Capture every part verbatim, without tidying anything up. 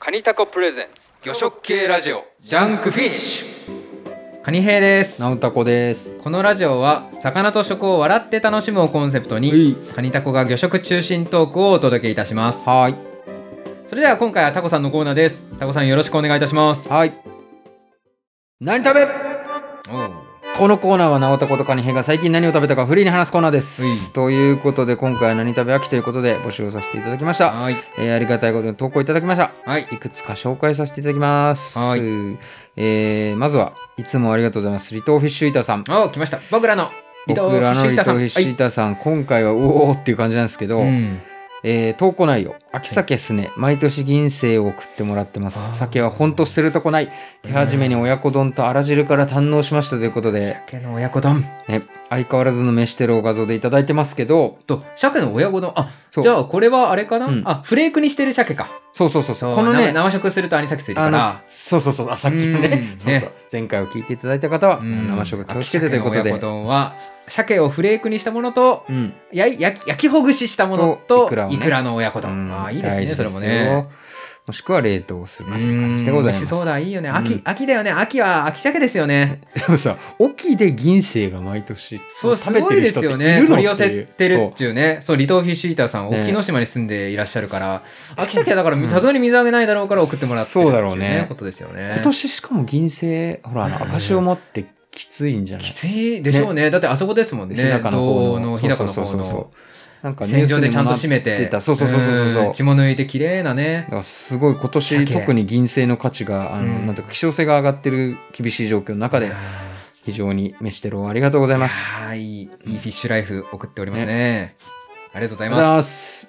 カニタコプレゼンツ魚食系ラジオジャンクフィッシュ。カニ兵です。 ナウタコです。 このラジオは魚と食を笑って楽しむをコンセプトにカニタコが魚食中心トークをお届けいたします。 はい。 それでは今回はタコさんのコーナーです。タコさんよろしくお願いいたします。 はい。何食べ。 おうこのコーナーはナウタコとカニヘが最近何を食べたかフリーに話すコーナーです、 うん、 ということで今回は何食べ秋ということで募集をさせていただきました。 はい、 えー、ありがたいことに投稿いただきました。 はい、 いくつか紹介させていただきます。 はい、 えー、まずはいつもありがとうございますリトーフィッシュイーターさん。 お来ました。僕らのリトーフィ僕らのッシュイーターさん。 リトーフィッシュイーターさん、はい、今回はうおーっていう感じなんですけど、うんえー、投稿内容秋鮭すね、毎年銀星を送ってもらってます。鮭はほんと捨てるとこない。手始めに親子丼とあら汁から堪能しましたということで、 鮭の親子丼、 ね、相変わらずの飯テロを画像でいただいてますけど、 と鮭の親子丼、あじゃあこれはあれかな、うん、あフレークにしてる鮭か。 そうそうそうそう、 このね生食するとアニサキスいるからそうそうそうあさっきのねそうそうね前回を聞いていただいた方は生食気をつけてということで、 親子丼は鮭をフレークにしたものと、うん、や焼き焼きほぐししたものとイクラ、ね、イクラの親子丼、うん、あいいですねそれもね。 もしくは冷凍するかという感じでございます。 美味しそうだいいよね。秋、うん、秋だよね。秋は秋鮭ですよね。 でもさ沖で銀星が毎年そう食べてる人っているの？すごいですよね。取り寄せてるっていうね。そうリトーフィッシュイーターさん、ね、沖ノ島に住んでいらっしゃるから、秋鮭はだからさすがに水揚げないだろうから送ってもらってるっていう、ね、そうだろうねことですよね。 今年しかも銀星ほらあの赤潮持ってきついんじゃない？ きついでしょうね。ねだってあそこですもんね。日高の方の日高の方の。なんか洗浄でちゃんと締めてそうそうそうそうそう血も抜いて綺麗なね。 だからすごい今年特に銀星の価値があの、うん、なんていうか希少性が上がってる厳しい状況の中で非常に飯テロありがとうございます。 はい、いいフィッシュライフ送っておりますね。ねありがとうございます。 ありがとうございます。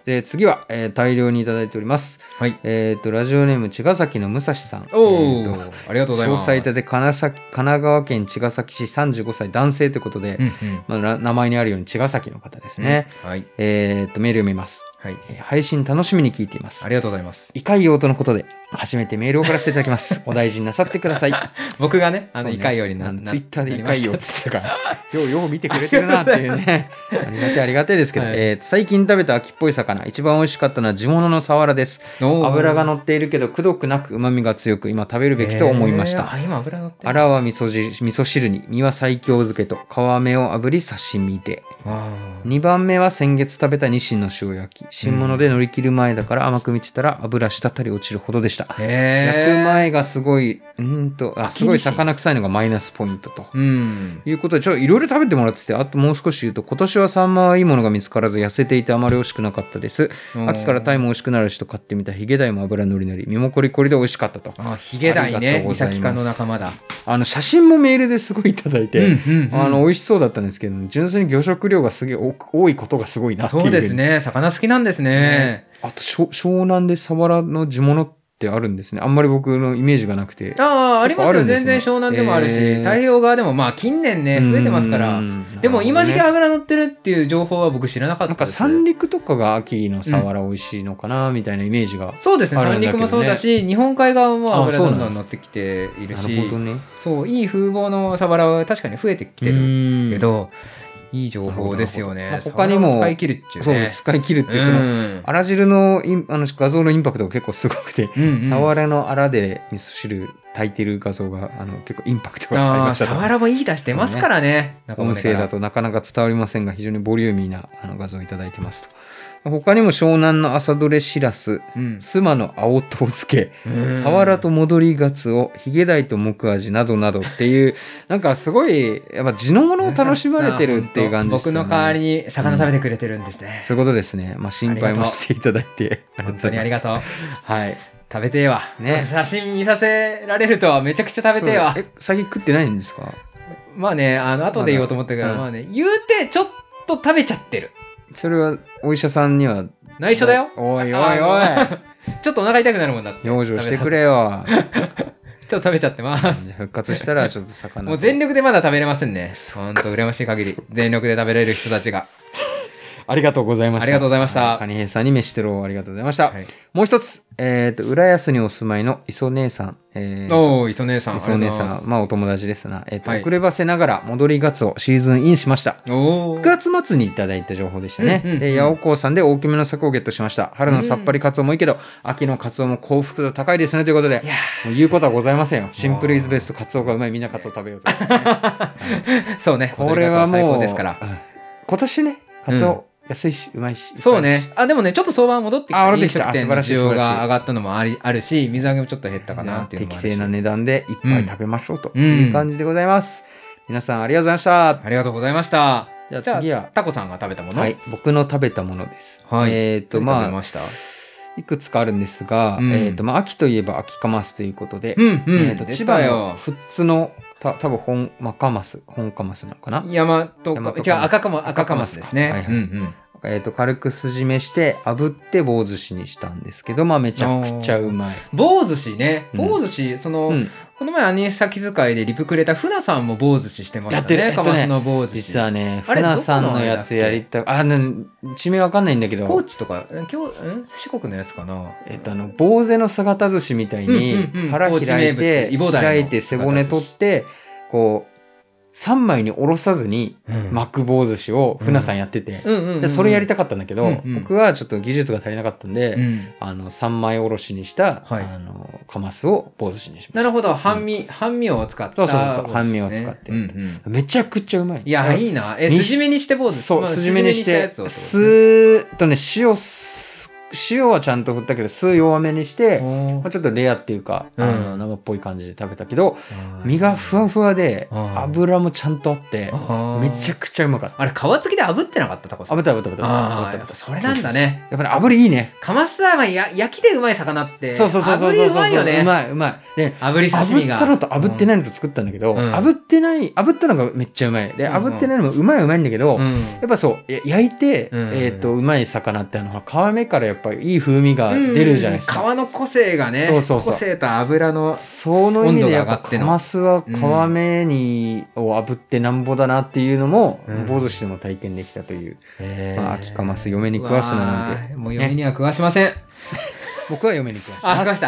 で次は、えー、大量にいただいております。はい。えっ、ー、とラジオネーム茅ヶ崎の武蔵さん。 おお、えー、ありがとうございます。 詳細いたで神奈川県茅ヶ崎市さんじゅうごさい男性ということで、うんうんまあ、名前にあるように茅ヶ崎の方ですね。うん、はい。えっ、ー、とメールを読みます。はい、えー。配信楽しみに聞いています。 ありがとうございます。 異界用とのことで初めてメールを送らせていただきます。お大事になさってください。 僕がね、あの、ね、異界用になツイッターで異界用っつってたから、ようよう見てくれてるなっていうね。ありがたいありがたいですけど、はい、えー、最近食べた秋っぽい魚、一番美味しかったのは地物のサワラです。脂が乗っているけど、くどくなく旨味が強く、今食べるべきと思いました。 あ、今脂乗ってる。 あらは味噌汁、味噌汁に、身は西京漬けと、皮目を炙り刺身で。にばんめは先月食べたニシンの塩焼き。新物で乗り切る前だから甘く見てたら油滴り落ちるほどでした。焼く前がすごい、うんと、あ、すごい魚臭いのがマイナスポイントと。うん、いうことで、ちょっといろいろ食べてもらってて、あともう少し言うと、今年はサンマはいいものが見つからず痩せていてあまり美味しくなかったです。秋からタイも美味しくなるしと買ってみたヒゲダイも油のりのり、身もコリコリで美味しかったと。 あ、ヒゲダイね、イサキ科の仲間だ。 あの写真もメールですごいいただいて、うんうんうん、あの美味しそうだったんですけど、純粋に魚食量がすげえ多いことがすごいなっていう。 そうですね、魚好きなんですね。ねあと湘南でサワラの地物ってあるんですね。あんまり僕のイメージがなくて。 ああ、ありますよ。全然湘南でもあるし、えー、太平洋側でもまあ近年ね増えてますから。でも今時期脂乗ってるっていう情報は僕知らなかったです。 なんか三陸とかが秋のサワラ美味しいのかなみたいなイメージがあるんだけど、ね。 そうですね。三陸もそうだし、日本海側も脂どんどん乗ってきているし、なるほどね。そういい風貌のサワラは確かに増えてきてるけど。いい情報ですよね。 まあ、他にも使い切るっていうね。 そう使い切るっていう、うん、あら汁のインあの画像のインパクトが結構すごくて、うんうん、サワラのあらで味噌汁炊いてる画像があの結構インパクトがありました。 サワラもいい出してますからね。 音声だとなかなか伝わりませんが、非常にボリューミーなあの画像をいただいてますと。他にも湘南の朝どれしらす、うん、須磨の青唐漬け、サワラと戻りがつお、ヒゲダイと木アジなどなどっていう、なんかすごいやっぱ地のものを楽しまれてるっていう感じですね。 僕の代わりに魚食べてくれてるんですね。 うん、そういうことですね。まあ心配もしていただいて本当にありがとう。 はい。 食べてえわ。ね。写真見させられるとはめちゃくちゃ食べてえわ。 え、先食ってないんですか？ まあね、あの後で言おうと思ったけど、ま, うん、まあね、言うてちょっと食べちゃってる。 それはお医者さんには内緒だよ。 おいおいおいちょっとお腹痛くなるもんだって。 養生してくれよ。 ちょっと食べちゃってます。 復活したらちょっと魚もう全力でまだ食べれませんね。ほんと羨ましい限り全力で食べれる人たちがありがとうございました。 ありがとうございました。 カニヘイさんに飯テロをありがとうございました。はい、もう一つ、えっ、ー、と、浦安にお住まいの磯姉さん。 えー、おー、磯姉さん。 磯姉さん。まあ、お友達ですな。えっ、ー、と、はい、遅ればせながら戻りガツオシーズンインしました。くがつ末にいただいた情報でしたね。うんうんうん、で、八尾港さんで大きめの柵をゲットしました。春のさっぱりカツオもいいけど、うん、秋のカツオも幸福度高いですねということで、もう言うことはございませんよ。シンプルイズベスト、カツオがうまい、みんなカツオ食べようと、ね。 そうね。 これはもう、 ですから今年ね、カツオ、うん安いし、うまいし。 そうね。あ、でもね、ちょっと相場戻ってきた。飲食店の需要が上がったのもありあるし、水揚げもちょっと減ったかなっていうのもあるし。 適正な値段でいっぱい食べましょうという感じでございます。うん、皆さんありがとうございました。 ありがとうございました。 じゃあ次は、 タコさんが食べたもの。 はい。僕の食べたものです。はい。えっと、まあ、いくつかあるんですが、うん、えっと、まあ、秋といえば秋カマスということで、うんうん、えっと、千葉の富津のた多分本マカマス本カマスなのかな。 山とか違う赤カマ赤カマスですね。はいはい。うんうんえー、と軽く酢締めして炙って棒寿司にしたんですけど、まあめちゃくちゃうまい。 棒寿司ね。棒寿司、うん、その、うん、この前アニサキ使いでリプくれた船さんも棒寿司してましたね。やってる、えっとね、カマスの棒寿司。 実はね、船さんのやつやりたい。あ、地名わかんないんだけど。 高知とか、今日、ん四国のやつかな。 えっ、とあの、坊勢の姿寿司みたいに腹開いて、開いて背骨取って、こう、さんまいにおろさずに巻く棒寿司を船さんやってて、でそれやりたかったんだけど、うんうん、僕はちょっと技術が足りなかったんで、うん、あのさんまいおろしにした、はい、あのカマスを棒寿司にしました。 なるほど、半身、うん、半身を使った、ね、 そうそうそう、半身を使って、うんうん、めちゃくちゃうまい。 いや、いいな。え、酢締めにして棒寿司。 そう、酢締めにして、酢、ね、とね、塩塩はちゃんと振ったけど酢弱めにしてまあ、ちょっとレアっていうか、うん、あの生っぽい感じで食べたけど身がふわふわで油もちゃんとあってめちゃくちゃうまかった。 あれ皮付きで炙ってなかったタコさん。 炙った炙った炙った。 ああやっぱそれなんだね。 やっぱり炙りいいね。 カマスはや焼きでうまい魚ってそうそうそうそう炙りうまいよね。 うまいうまい。で炙り刺身が炙ったのと炙ってないのと作ったんだけど、うん、炙ってない炙ったのがめっちゃうまいで炙ってないのもうまいうまいんだけど、うん、やっぱそう焼いて、うん、えっとうまい魚ってあの皮目からやっぱいい風味が出るじゃないですか。 皮の個性がね、 そうそうそう個性と油のその意味でやっぱカマスは皮目にを炙ってなんぼだなっていうのも、うん、棒寿司でも体験できたという、まあ、秋カマス嫁に食わすななんて、 もう嫁には食わしません、ね、 僕は嫁に食わします。 あ、食わした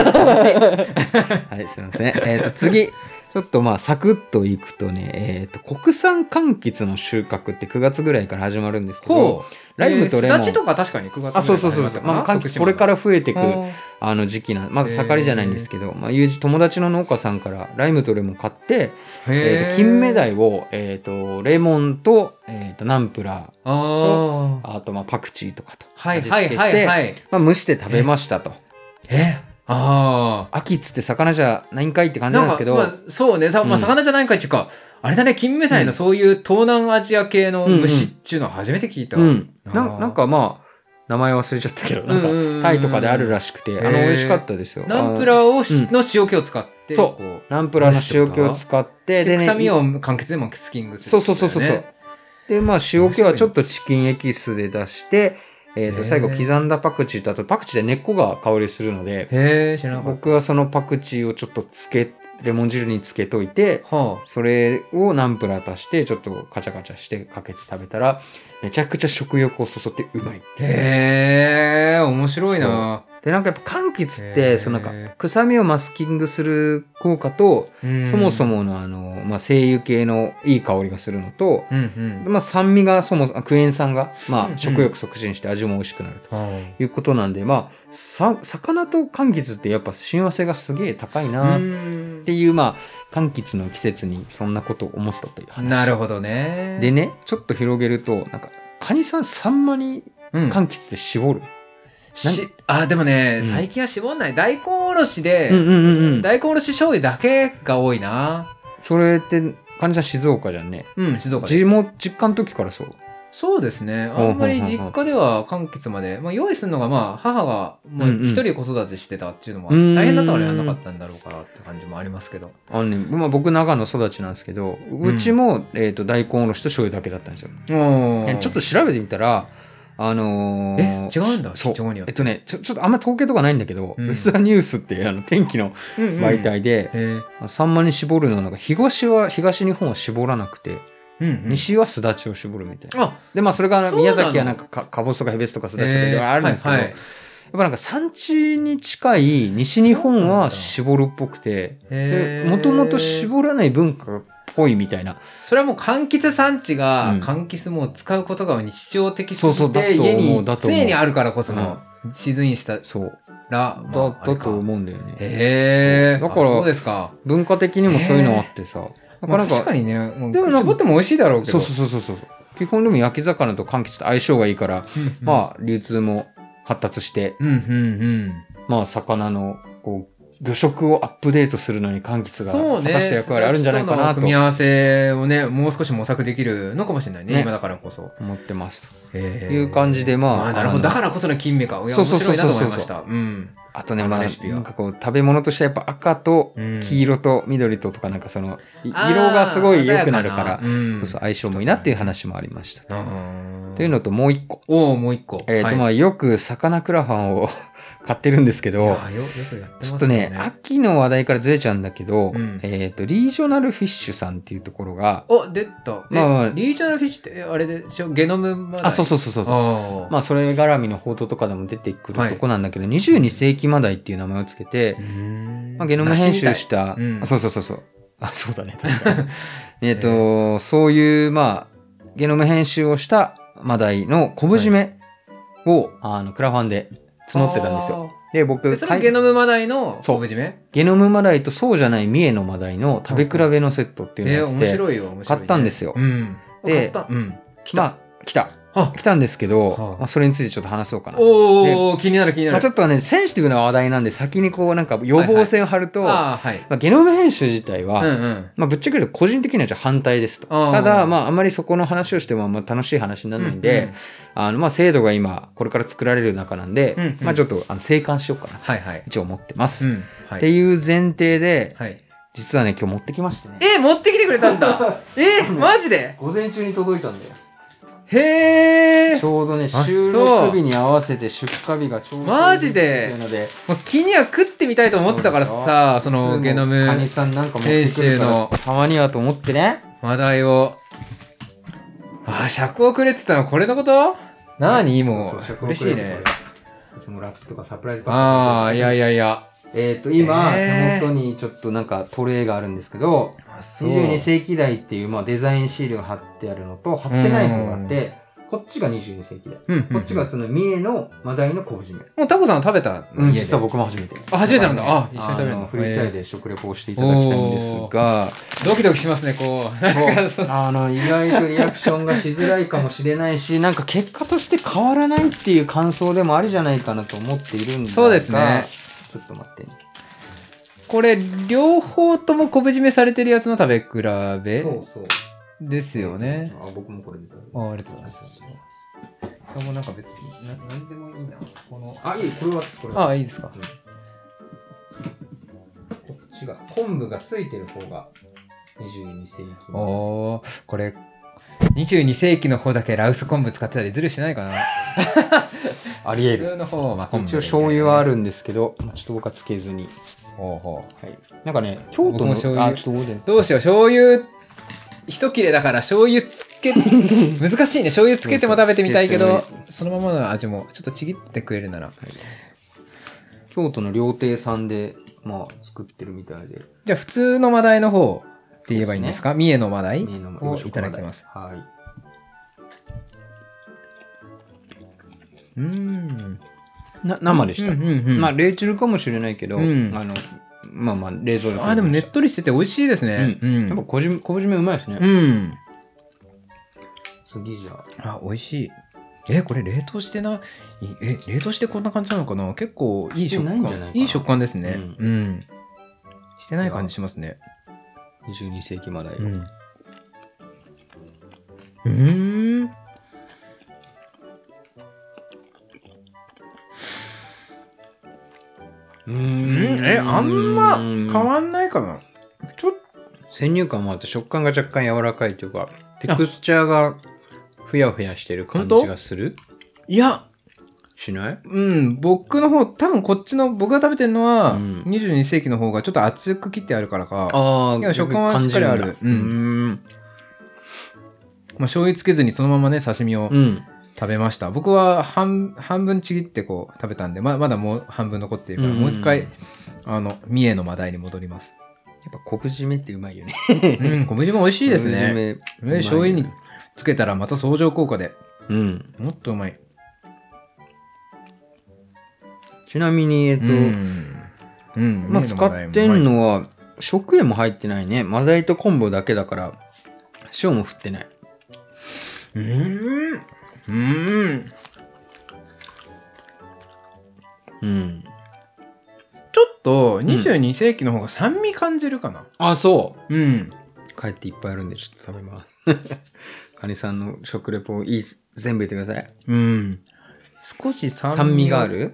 はい、すいません。えっと次ちょっとまあサクッといくとね、えー、と国産柑橘の収穫ってくがつぐらいから始まるんですけど、ライムとレモン、 すだちとか確かにくがつぐらいから始まる。あ、そうそうそうそう。まあ柑橘これから増えていくあの時期な、まだ盛りじゃないんですけど、まあ友人友達の農家さんからライムとレモン買って、えー、と金目鯛をえっ、ー、とレモンとえっ、ー、とナンプラーと あ, あとまあパクチーとかと味付けして、まあ蒸して食べましたと。 えーああ、秋っつって魚じゃないんかいって感じなんですけど、 まあ、そうね、まあ、魚じゃないんかいっていうか、うん、あれだね、金目鯛のそういう東南アジア系の虫っていうのは初めて聞いた、 うんうん、な, なんかまあ名前忘れちゃったけど、なんかタイとかであるらしくて、あの美味しかったですよ。 ナンプラーを、うん、の塩気を使ってそうナンプラーの塩気を使ってで、ね、臭みを柑橘でもスキングする、 ね、そうそうそうそうでまあ塩気はちょっとチキンエキスで出してえー、と最後刻んだパクチーとあとパクチーで根っこが香りするので、 へー知らなかった。 僕はそのパクチーをちょっとつけレモン汁につけといて、はあ、それをナンプラー足してちょっとカチャカチャしてかけて食べたらめちゃくちゃ食欲をそそってうまい。 へー面白いな。 でなんかやっぱ柑橘ってそのなんか臭みをマスキングする効果とそもそものあの、まあ、精油系のいい香りがするのと、うんうんまあ、酸味がそもそもクエン酸が、まあ、食欲促進して味も美味しくなるということなんで、うんうん、まあさ魚と柑橘ってやっぱ親和性がすげえ高いなっていう、まあ柑橘の季節にそんなことを思ったという話。 なるほどね。 でねちょっと広げるとなんかカニさんサンマに柑橘って絞る、うんしあでもね、うん、最近は絞んない。大根おろしで、 うんうんうんうん、 大根おろし醤油だけが多いな。 それってカニさん静岡じゃんね。 うん静岡です。 地元実家の時からそう。 そうですね。あんまり実家では柑橘まで、まあ、用意するのがまあ母がもう一人子育てしてたっていうのも、うんうん、大変だったからやらなかったんだろうからって感じもありますけど。 あのね、まあ、僕長野育ちなんですけど、うちも、うん、えーと、大根おろしと醤油だけだったんですよ。ちょっと調べてみたら。あのー、 え違うんだ。 そうえっとねちょちょっとあんま統計とかないんだけど、うん、ウェザーニュースってあの天気の媒体で、うんうん、サンマに絞るのなんか東は東日本は絞らなくてうんうん、西はすだちを絞るみたいな。で、まあそれが宮崎はなんかか、かぼすとかへべすとかすだちとかいろいろあるんですけど、はいはい、やっぱなんか産地に近い西日本は絞るっぽくて、もともと絞らない文化っぽいみたいな。 それはもう柑橘産地が柑橘も使うことが日常的すぎて、家に常にあるからこそのシーズンインしたら、 そうだ、だと思うんだよね。 へえ。だから文化的にもそういうのあってさ。 だから確かにね、もう絞っても美味しいだろうけど。 そうそうそうそう。基本でも焼き魚と柑橘と相性がいいから、うんうん、まあ流通も発達して、 うんうんうん、 まあ魚のこう魚食をアップデートするのに柑橘が果たした役割あるんじゃないかなと。 組み合わせをね、もう少し模索できるのかもしれないね、ね今だからこそ。 思ってますという感じで、まあ、 まあ、なるほど、だからこその金目か。いや、面白いなと思いました。 あとね、まあ、なんかこう食べ物としてやっぱ赤と黄色と緑ととかなんかその色がすごい良くなるから、そうそう相性もいいなっていう話もありました。というのともう一個。 おお、もう一個。 えっとまあよく魚クラファンを買ってるんですけど、ちょっとね、秋の話題からずれちゃうんだけど、うん、えっと、リージョナルフィッシュさんっていうところが、 お、出た。まあ、リージョナルフィッシュって、あれでしょ、ゲノムまだい。 あ、そうそうそうそう。まあ、それ絡みの報道とかでも出てくるとこなんだけど、はい、にじゅうに世紀マダイっていう名前をつけて、まあ、ゲノム編集した、うん、あそうそうそうそう。あ、そうだね、確かに。えっと、そういう、まあ、ゲノム編集をしたマダイの昆布締めを、はい、あの、クラファンで、募ってたんですよ。で、僕、 それゲノムマダイの昆布締め？ ゲノムマダイとそうじゃない三重のマダイの食べ比べのセットっていうのをやって、 面白いよ、面白いね。 買ったんですよ。うん、で、 うん、 来た。まあ、来た。来たんですけど、はあまあ、それについてちょっと話そうかな。 おー、気になる気になる。 まあ、ちょっとね、センシティブな話題なんで先にこうなんか予防線を張ると、 はいはいはいまあ、ゲノム編集自体は、 うんうんまあ、ぶっちゃけると個人的にはじゃ反対ですと。ただ、まあ、あんまりそこの話をしてもあんま楽しい話にならないんで、うんうん、あのまあ制度が今これから作られる中なんで、うんうん、まあちょっとあの静観しようかな、 はいはい、 一応思ってます、 うんはい、 っていう前提で、 はい、 実はね今日持ってきましてね。 え持ってきてくれたんだえマジで午前中に届いたんだよ。 へえ。 ちょうどね収録日に合わせて出荷日がちょうどマジでもう気には食ってみたいと思ってたからさ、そのゲノムカニさんなんか持ってくるからたまにはと思ってねマダイをあ、尺をくれって言ったのこれのこと？なにもう嬉しいね。 いつもラップとかサプライズパックああ、いやいやいや。 えっと今、えー、手元にちょっとなんかトレイがあるんですけど、にじゅうに世紀台っていうまあデザインシールが貼ってあるのと貼ってない方があって、こっちがにじゅうに世紀台、うんうんうん、こっちがその三重のマダイの昆布締め。 もうタコさん食べた？ うん、実は僕も初めて。 あ、初めてなんだ。あ、一緒に食べるの。 フリースタイルで食レポをしていただきたいんですが、 ドキドキしますね、こう。 あの意外とリアクションがしづらいかもしれないし、なんか結果として変わらないっていう感想でもありじゃないかなと思っているんですが、 そうですね。 ちょっと待ってね。 これ両方とも昆布締めされてるやつの食べ比べそうそうですよね。 あ、僕もこれで。 あ、ありがとうございます。もうなんか別にな何でもいいな。このあ、いい、これはこれは。あ、いいですか。うん、 こっちが昆布がついてる方がにじゅうに世紀。 おー、これにじゅうに世紀の方だけラウス昆布使ってたりずるしてないかな。 ありえる。 普通の方はまあ昆布、 一応醤油はあるんですけど、ちょっと僕はつけずに。 ほうほう。 はい。なんかね、京都の醤油。 あ、ちょっとどうしよう、醤油一切れだから醤油つけ難しいね。醤油つけても食べてみたいけど、そのままの味もちょっとちぎってくれるなら、はい、 京都の料亭さんでまあ作ってるみたいで。 じゃあ普通のマダイの方って言えばいいんですか？三重のマダイをいただきます。 はい。 うーん。 な生でした。 うんうんうん、 まあレイチルかもしれないけど、うん、あのまあまあ冷蔵で。 あ、でもねっとりしてて美味しいですね。 うん。うん、やっぱ昆布締めうまいですね。 うん。 次じゃあ。あ、美味しい。え、これ冷凍してな、え、冷凍してこんな感じなのかな？結構いい食感。いい食感ですね。うん。うん、してない感じしますね。 にじゅうに世紀マダイを。 うん。うーん。 うーんえ、あんま変わんないかな。ちょっと先入観もあって食感が若干柔らかいというか、テクスチャーがふやふやしてる感じがする？ いや、 しない？ うん、僕の方、多分こっちの僕が食べてるのは、うん、にじゅうに世紀の方がちょっと厚く切ってあるからか、 あいや食感はしっかりある。 うん。 まあ、醤油つけずにそのままね刺身を食べました、うん、僕は 半, 半分ちぎってこう食べたんで ま, まだもう半分残っているから、うん、もう一回あの三重のマダイに戻ります。 やっぱ昆布締めってうまいよねうん、昆布締め美味しいですね。ね、醤油につけたらまた相乗効果で、うん、もっとうまい。 ちなみにえっと、うんうん、まあ、使ってんのは食塩も入ってないね。マダイと昆布だけだから塩も振ってない。 うーんうんうんちょっとにじゅうに世紀の方が酸味感じるかな、 うん、あ、そう。 うん。 帰っていっぱいあるんでちょっと食べます。カニさんの食レポいい全部言ってください。 うん。少し酸味酸味がある？ うん。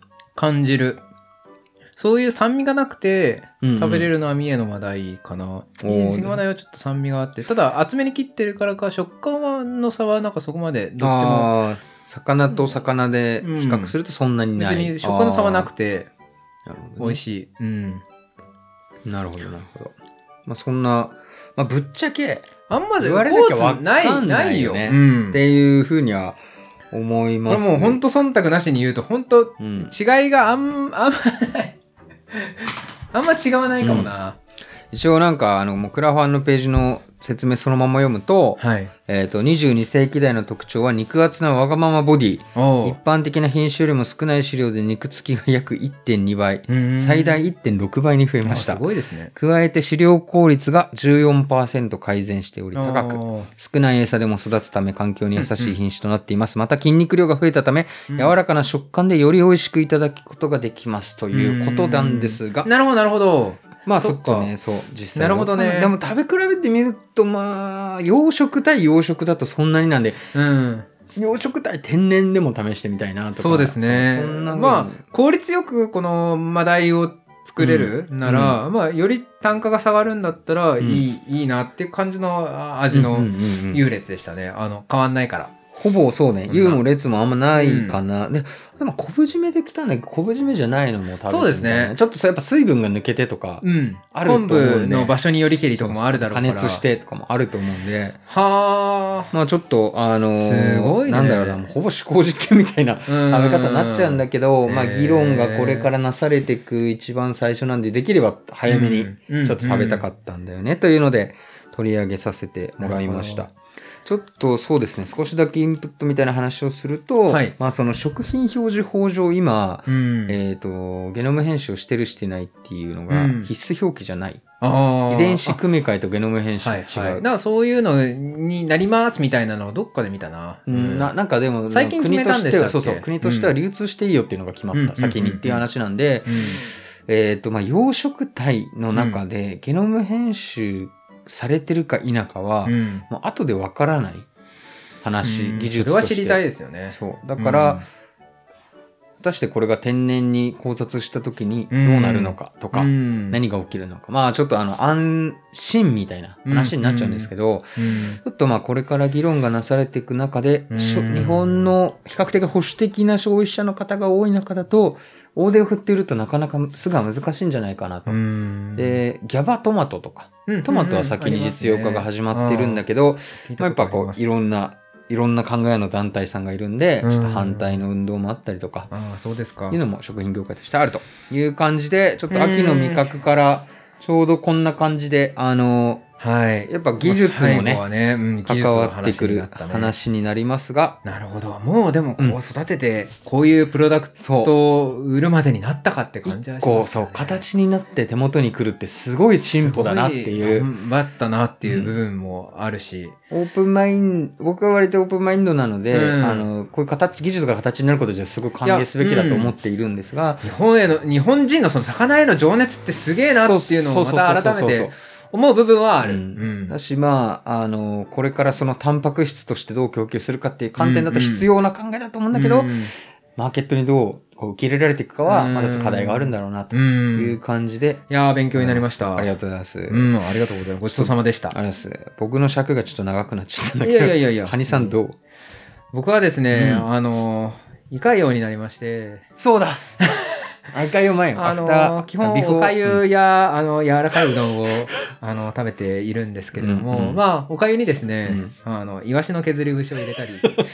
感じる。そういう酸味がなくて食べれるのは三重のマダイかな。三重のマダイはちょっと酸味があって、ただ厚めに切ってるからか食感の差はなんかそこまでどっちも。 あ、魚と魚で比較するとそんなにない。 うん、別に食感の差はなくて。なるほどね、美味しい。うん。 なるほどなるほど。まあそんな、まあぶっちゃけあんま言われなきゃわかんないよね、 うん、っていうふうには思います、ね。 これもう本当忖度なしに言うと本当、うん、違いがあんあんまないあんま違わないかもな。うん、 一応なんかあのもうクラファンのページの説明そのまま読むと、はい、えーとにじゅうに世紀台の特徴は肉厚なわがままボディ、一般的な品種よりも少ない飼料で肉付きが約 いってんに 倍、最大 いってんろく 倍に増えました。 すごいですね。 加えて飼料効率が じゅうよんパーセント 改善しており高く、少ない餌でも育つため環境に優しい品種となっています。うんうん、また筋肉量が増えたため、うん、柔らかな食感でより美味しくいただくことができますということなんですが、 なるほどなるほど。 まあそっかね、そう実際なるほどね。 でも食べ比べてみるとまあ養殖対養殖だとそんなになんで、うん、養殖対天然でも試してみたいなとか。 そうですね。そんなまあ効率よくこのマダイを作れるなら、うん、まあより単価が下がるんだったらいい、うん、いいなっていう感じの味の優劣でしたね。あの変わんないから。 ほぼそうね。優も劣もあんまないかな。うん、ででも昆布締めできたんだけど昆布締めじゃないのも食べてみたいな。 そうですね。 ちょっとやっぱ水分が抜けてとか、うん、 あると思うんで、昆布の場所によりけりとかもあるだろうから、 加熱してとかもあると思うんで、 はあ、 まあちょっとあのー、 すごいね、 なんだろうな、ほぼ思考実験みたいな食べ方になっちゃうんだけど、まあ議論がこれからなされていく一番最初なんで、できれば早めにちょっと食べたかったんだよね、うん、というので取り上げさせてもらいました。ちょっとそうですね、少しだけインプットみたいな話をすると、はい、まあその食品表示法上今、うん、えっと、ゲノム編集をしてるしてないっていうのが必須表記じゃない。うん、遺伝子組み換えとゲノム編集が違う。はいはい、 だからそういうのになりますみたいなのをどっかで見たな。 うん、な, なんかでも最近決めたんでしたっけ？ そうそう、国としては流通していいよっていうのが決まった、うん、先にっていう話なんで、うんうんうん、えっと、まあ養殖体の中でゲノム編集されてるか否かは、うん、もう後でわからない話、うん、技術として。 それは知りたいですよね。 そう。だから、うん、果たしてこれが天然に考察した時にどうなるのかとか、うん、何が起きるのか。まあちょっとあの安心みたいな話になっちゃうんですけど、うんうん、ちょっとまあこれから議論がなされていく中で、うん、日本の比較的保守的な消費者の方が多い中だと、大手を振っているとなかなかすが難しいんじゃないかなと。で、ギャバトマトとか、トマトは先に実用化が始まってるんだけど、まあ、やっぱこういろんないろんな考えの団体さんがいるんで、ちょっと反対の運動もあったりとか、 ああ、そうですか。 いうのも食品業界としてあるという感じで、ちょっと秋の味覚からちょうどこんな感じで、あの、はい。やっぱ技術もね、ね、うん、関わってくる話になりますが。 なるほど。もうでもこう育てて、こういうプロダクトを売るまでになったかって感じはしますね。 こう、そう、形になって手元に来るってすごい進歩だなっていう。 頑張ったなっていう部分もあるし。 うん、オープンマインド、僕は割とオープンマインドなので、うん、あの、こういう形、技術が形になることじゃすごく歓迎すべきだと思っているんですが。 うん、日本への、日本人のその魚への情熱ってすげえなっていうのをまた改めて、思う部分はある。うんうん、だし、まあ、あの、これからそのタンパク質としてどう供給するかっていう観点だと必要な考えだと思うんだけど、うんうん、マーケットにどうこう受け入れられていくかは、まだちょっと課題があるんだろうなという感じで。 いやー、勉強になりました。 ありがとうございます。 うん、ありがとうございます。ごちそうさまでした。 ありがとうございます。僕の尺がちょっと長くなっちゃったんだけど。 いやいやいやカニさんどう？ 僕はですね、うん、あの、胃潰瘍になりまして。 そうだイカユ前あの基本おかゆや、うん、あの柔らかいうどんをあの食べているんですけれども、うんうん、まあおかゆにですね、うん、あのイワシの削り節を入れたり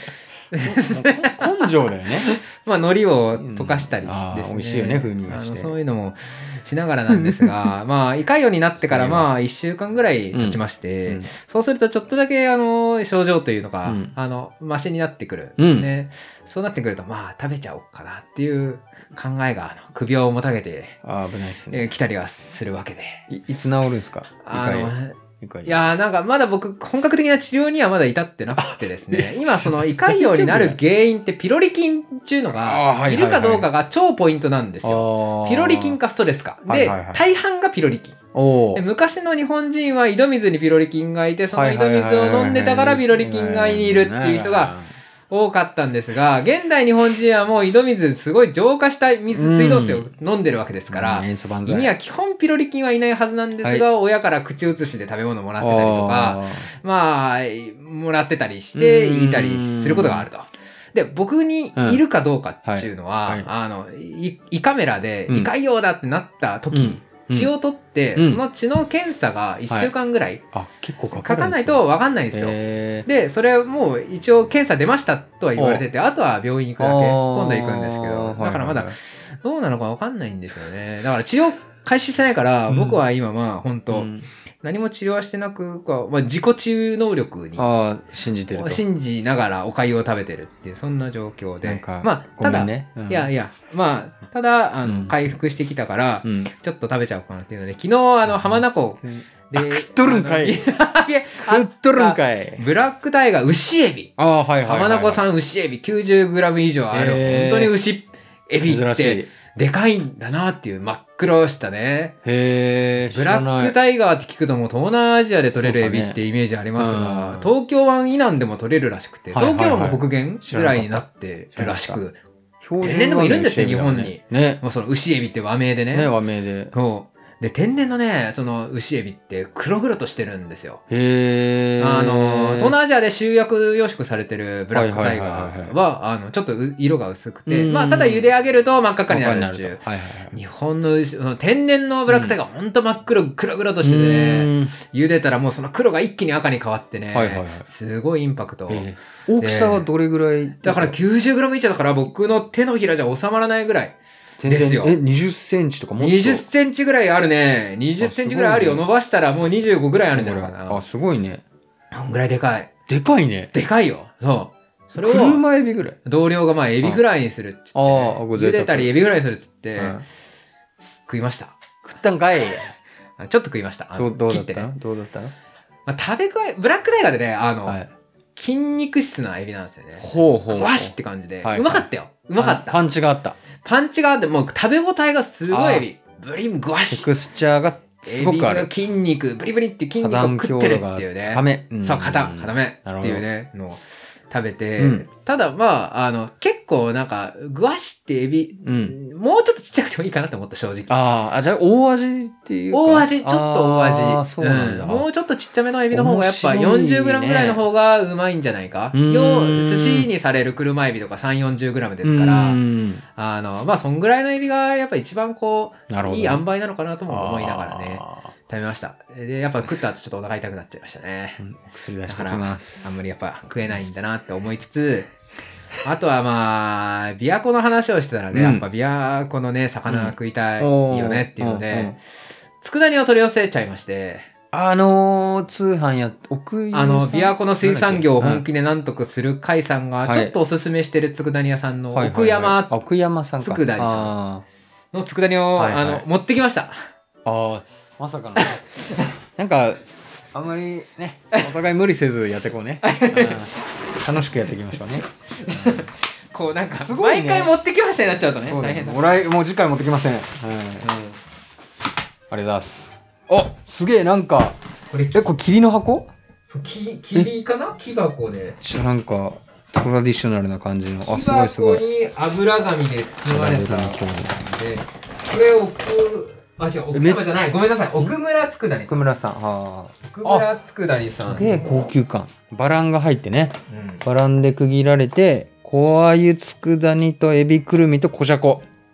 根性だよね。 まあ海苔を溶かしたりしてですね、 美味しいよね風味がして、 あのそういうのもしながらなんですがまあ胃潰瘍になってからまあいっしゅうかんぐらい経ちまして、うんうん、そうするとちょっとだけあの症状というのが、うん、あのマシになってくるんですね、うん、そうなってくるとまあ食べちゃおうかなっていう考えがあの首をもたげてあ危ないですね、 えー、来たりはするわけでい, いつ治るんですか。 あのいやーなんかまだ僕本格的な治療にはまだ至ってなくてですね今その胃潰瘍になる原因ってピロリ菌っていうのがいるかどうかが超ポイントなんですよ。ピロリ菌かストレスかで、はいはいはい、大半がピロリ菌で昔の日本人は井戸水にピロリ菌がいてその井戸水を飲んでたからピロリ菌がいるっていう人が多かったんですが現代日本人はもう井戸水すごい浄化した水水道水を飲んでるわけですから、うん、胃には基本ピロリ菌はいないはずなんですが、はい、親から口移しで食べ物もらってたりとかまあもらってたりしていたりすることがあると。で僕にいるかどうかっていうのは、うんはいはい、あの胃カメラで胃潰瘍だってなった時、うん血を取って、うん、その血の検査がいっしゅうかんぐらい、はい、あ結構かかかないと分かんないんですよ。でそれもう一応検査出ましたとは言われててあとは病院行くだけ今度行くんですけどだからまだどうなのか分かんないんですよね。だから治療開始してないから、うん、僕は今まあ本当、うん何も治療はしてなく、まあ、自己治癒能力にあ信じてると信じながらお粥を食べてるっていうそんな状況でなんかまあただ、 ねうん、 いやいやまあただあの、うん、回復してきたから、うん、ちょっと食べちゃおうかなっていうので昨日あの浜名湖で、 うん、食っとるんかい食っとるんかいブラックタイガー牛エビあ、はいはいはいはい、 浜名湖産牛エビ きゅうじゅうグラム 以上ある、えー、本当に牛エビってでかいんだなっていう真っ黒したねへブラックタイガーって聞くともう東南アジアで取れるエビってイメージありますが、ねうん、東京湾以南でも取れるらしくて、はいはいはい、東京湾も北限ぐらいになってるらしく天然でもいるんですよ日本に、ね、もうその牛エビって和名でね、 ね和名でそうで天然のねその牛エビって黒々としてるんですよ。 へーあの東南アジアで集約養殖されてるブラックタイガーはあのちょっと色が薄くてまあただ茹で上げると真っ赤っかになるっていう、はいはいはい、日本のその天然のブラックタイガー、うん、ほんと真っ黒黒々としててね茹でたらもうその黒が一気に赤に変わってね、はいはいはい、すごいインパクト。 大きさはどれぐらいだから きゅうじゅうグラム 以上だから僕の手のひらじゃ収まらないぐらいですよ。 えにじゅっセンチとかもっとにじゅっセンチぐらいあるね。にじゅっセンチぐらいあるよ。伸ばしたらもうにじゅうごぐらいあるんじゃないかな。 あすごいね。 こんぐらいでかい。 でかいね。 でかいよ。そうそれを車エビぐらい同僚がまあエビフライにするっつって、ああ茹でたりエビフライにするっつって、うん、食いました。 食ったんかい。 ちょっと食いました。 どうどうだったの、ね、どうだったの、 まあ、食べ加えブラックタイガーでねあの、はい、筋肉質なエビなんですよね。 ほうほうわしって感じで、はいはい、うまかったよ。うまかった。 パンチがあった。 パンチがあってもう食べ応えがすごいエビ。ブリングワシ。 テクスチャーがすごくある。 エビが筋肉ブリブリって筋肉を食ってるっていうね。 固め。 そう固固めっていうねのを食べて、うん、ただまああの結構なんかグワシってエビ、うん、もうちょっとちっちゃくてもいいかなって思った正直。 ああじゃあ大味っていうか。 大味ちょっと大味。 ああそうなんだ、 うん。もうちょっとちっちゃめのエビの方がやっぱ よんじゅうグラム ぐらいの方がうまいんじゃないか。よ寿司にされる車エビとかさんじゅう、よんじゅうグラム ですから、あのまあそんぐらいのエビがやっぱ一番こういい塩梅なのかなとも思いながらね。食べました。で、やっぱ食った後ちょっとお腹痛くなっちゃいましたね。うん、 薬出してきます。 あんまりやっぱ食えないんだなって思いつつ、あとはまあ、琵琶湖の話をしてたらね、うん、やっぱ琵琶湖のね、魚が食いたいよねっていうので、佃煮を取り寄せちゃいまして、 あのー、通販や、奥あの、琵琶湖の水産業を本気でなんとかする会さんが、ちょっとおすすめしてる佃煮屋さんの奥山、 奥山さんか。 佃煮さんの佃煮を、はいはい、あの、持ってきました。 ああ、まさかの。なんか、あんまりね、お互い無理せずやってこうね。楽しくやっていきましょうね。 こうなんか、毎回持ってきましたになっちゃうとね、大変だ。 もらい、もう次回持ってきません。はい、うん、ありがとうございます。あ、すげえ、なんか、これ、え、これ霧の箱？ そう、霧、霧かな？木箱で。 ちょ、なんか、トラディショナルな感じの。あ、すごいすごい。 木箱に油紙で包まれた。で、これを置く、あ、違う、奥村じゃない。ごめんなさい。奥村佃煮さん。 奥村さん。は奥村佃煮さん。 すげえ高級感。バランが入ってね。うん、バランで区切られて、小鮎佃煮とエビくるみと小じゃこ。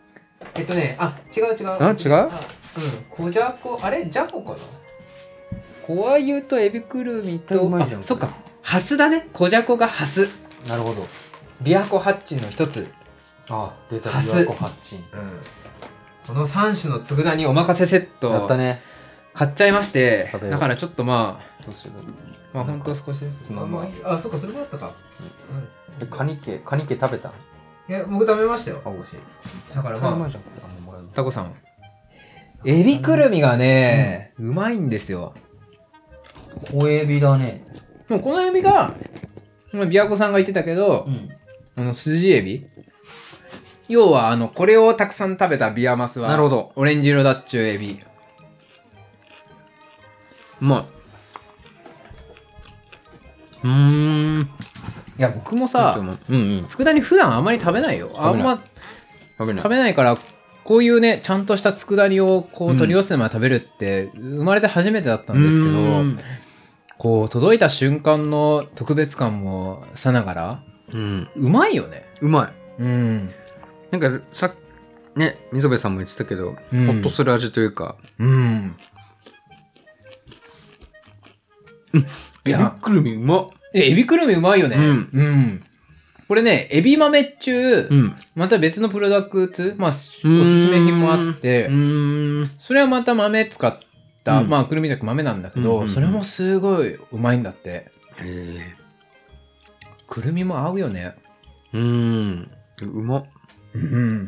えっとね、あ、違う違う。 あ、違う？ うん。こじゃこ、あれじゃこかな。こわゆとエビくるみと、あ、そっか。ハスだね。こじゃこがハス。 なるほど。 琵琶湖ハッチンの一つ。 あ、出た。 ハス。 琵琶湖ハッチン。うん。 このさん種の佃煮おまかせセット。 やったね。 買っちゃいまして。だからちょっとまあ。 どうする？ まあほんと少しずつ。まあまあ。あ、そっか、それもあったか。 うん。カニ系、カニ系食べた？ いや、僕食べましたよ。 あ、美味しい。 だからまあ。 うまいじゃん、 タコさん。エビくるみがね、うまいんですよ。 小エビだね。 もうこのエビが、琵琶湖さんが言ってたけど、うん、あの、スジエビ要は、あの、これをたくさん食べたビワマスは、 なるほど。 オレンジ色だっちゅうエビ。 うまい。うーん。いや、僕もさ、 うんうん、 佃煮普段あんまり食べないよ。あんま食べない。 食べないから、こういうね、ちゃんとした佃煮をこう取り寄せてまで食べるって、生まれて初めてだったんですけど、こう、届いた瞬間の特別感もさながら、うん、うまいよね。 うまい。うん。 なんかさね、溝部さんも言ってたけど、うん、ほっとする味というか。うん。うん。エビくるみうまっ。 え、エビくるみうまいよね。うん。うん。これね、エビ豆っちゅう、うん、また別のプロダクツ、まあ、おすすめ品もあって、それはまた豆使った、うん、まあ、くるみじゃなく豆なんだけど、うんうんうん、それもすごいうまいんだって。へー。くるみも合うよね。 うーん。うまっ。うん。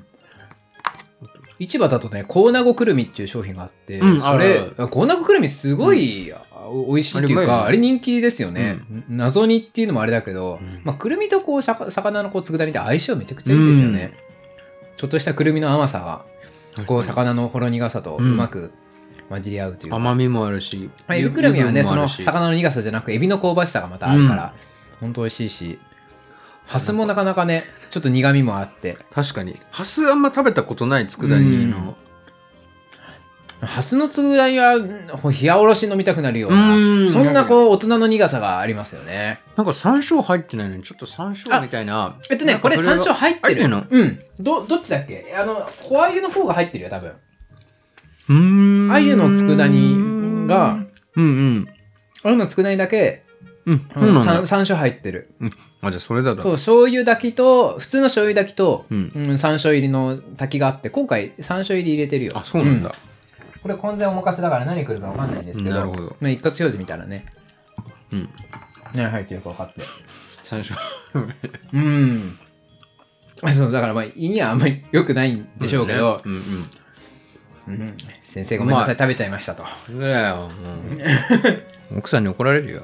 市場だとね、コーナゴくるみっていう商品があって、うん、それ、コーナゴくるみすごい、うん美味しいっていうか、あれ人気ですよね。うん、謎煮っていうのもあれだけど、うん、まあ、くるみとこう、魚のこう、佃煮って相性めちゃくちゃいいですよね。うん、ちょっとしたくるみの甘さが、こう、魚のほろ苦さとうまく混じり合うというか。 甘みもあるし。 エビくるみはね、その魚の苦さじゃなく、エビの香ばしさがまたあるから、ほんと美味しいし、ハスもなかなかね、ちょっと苦みもあって。 確かに。ハスあんま食べたことない佃煮の。 ハスの佃煮は冷やおろし飲みたくなるような、うんそんなこう大人の苦さがありますよね。 なんか山椒入ってないのにちょっと山椒みたいな。 えっとねこれ山椒入ってる。入ってんの？うん。どどっちだっけ？あの小鮎の方が入ってるよ多分。うーん。鮎の佃煮がうんうん鮎の佃煮だけうん、うん、山椒入ってる。 うん。あじゃあそれだだ。 そう醤油炊きと普通の醤油炊きと、うんうん、山椒入りの炊きがあって今回山椒入り入れてるよ。 あそうなんだ。うんこれ完全お任せだから何来るか分かんないんですけど、なるほど。まあ、一括表示見たらね、うん。何入ってるか分かって。 最初。 うん。そう、だからまあ、胃にはあんまり良くないんでしょうけど、うんうんうんうん、先生ごめんなさい、食べちゃいましたと。いやよ、 うん、奥さんに怒られるよ。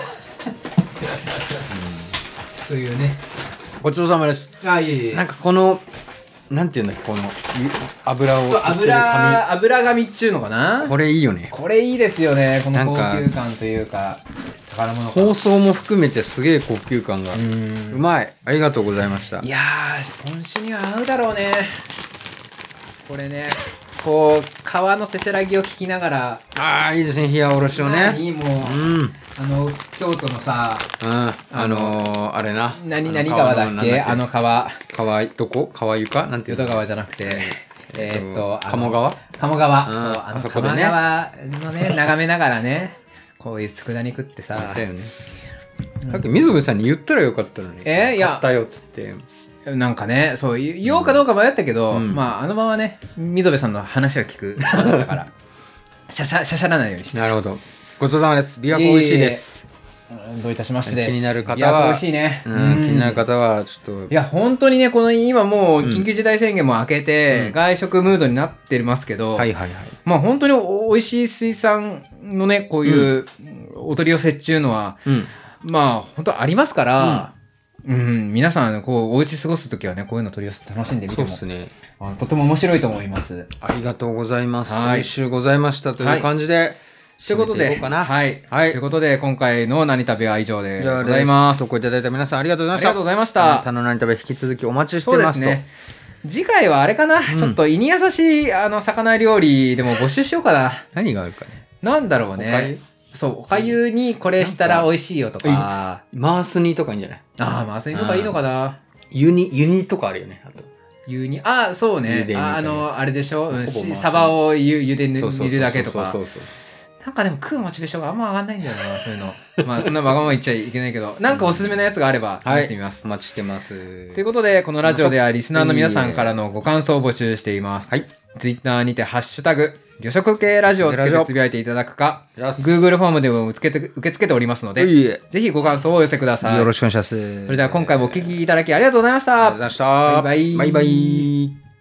というね。 ごちそうさまです。 あ、いえいえ。 なんかこの、なんていうんだっけこの油を吸ってる紙油油紙っちゅうのかな。 これいいよね。 これいいですよね。この高級感というか宝物感。包装も含めてすげえ高級感がうまい。ありがとうございました。 いやー今週には合うだろうねこれね。こう皮のせせらぎを聞きながらああいいですね冷やおろしをね。 いいもう、うん、あの京都のさ、 うん、あのー、あれな何何川だっけあの川川どこ川床なんていう淀川じゃなくてえー、っと鴨川鴨川、うん、あの鴨川のね眺めながらねこういう佃煮食ってさだよね、うん、さっき水部さんに言ったらよかったのにえー、いや買ったよっつってなんかねそう言おうかどうか迷ったけど、うん、まああのままね溝部さんの話を聞くだったからしゃしゃしゃしゃらないようにしてなるほどごちそうさまです。琵琶湖美味しいです。 どういたしましてです。 気になる方は、 美味しいね、 うんうん。気になる方は、ちょっと。 いや、本当にね、この今もう緊急事態宣言も明けて、うん、外食ムードになってますけど、 はいはいはい。 まあ本当に美味しい水産のね、こういうお取り寄せっていうのは、うん、まあ本当ありますから、うん、うん、皆さん、こう、お家過ごすときはね、こういうの取り寄せて楽しんでみても、そうですね。とても面白いと思います。 ありがとうございます。来週ございましたという感じで、はいということで、はい。はい。ということで、今回の何食べは以上でございます。 投稿いただいた皆さんありがとうございました。 ありがとうございました。 あなたの何食べ引き続きお待ちしてますと。ね。 次回はあれかな、うん、ちょっと胃に優しいあの魚料理でも募集しようかな。 何があるかね。 なんだろうね。そう、おかゆにこれしたら美味しいよとか。 マース煮とかいいんじゃない？ ああ、マース煮とかいいのかな。 ユニ、ユニとかあるよね。あと湯にあそうね茹でみたいなやつああのあれでしょ、うん、 ほぼ回すしサバをゆ茹でそうそうそうそう煮るだけとかそうそうそうなんかでも食うモチベーションがあんま上がんないんだよなそういうのまあそんなわがまま言っちゃいけないけどなんかおすすめのやつがあれば試してみます、 お待ちしてますということでこのラジオではリスナーの皆さんからのご感想を募集しています、 はい、 ツイッターにてハッシュタグ魚食系ラジオをつけてつぶやいていただくか Google Google フォームでも受けて受け付けておりますのでぜひご感想をお寄せください。 よろしくお願いします。 それでは今回もお聞きいただきありがとうございました。 ありがとうございました。 バイバイ。 バイバイ。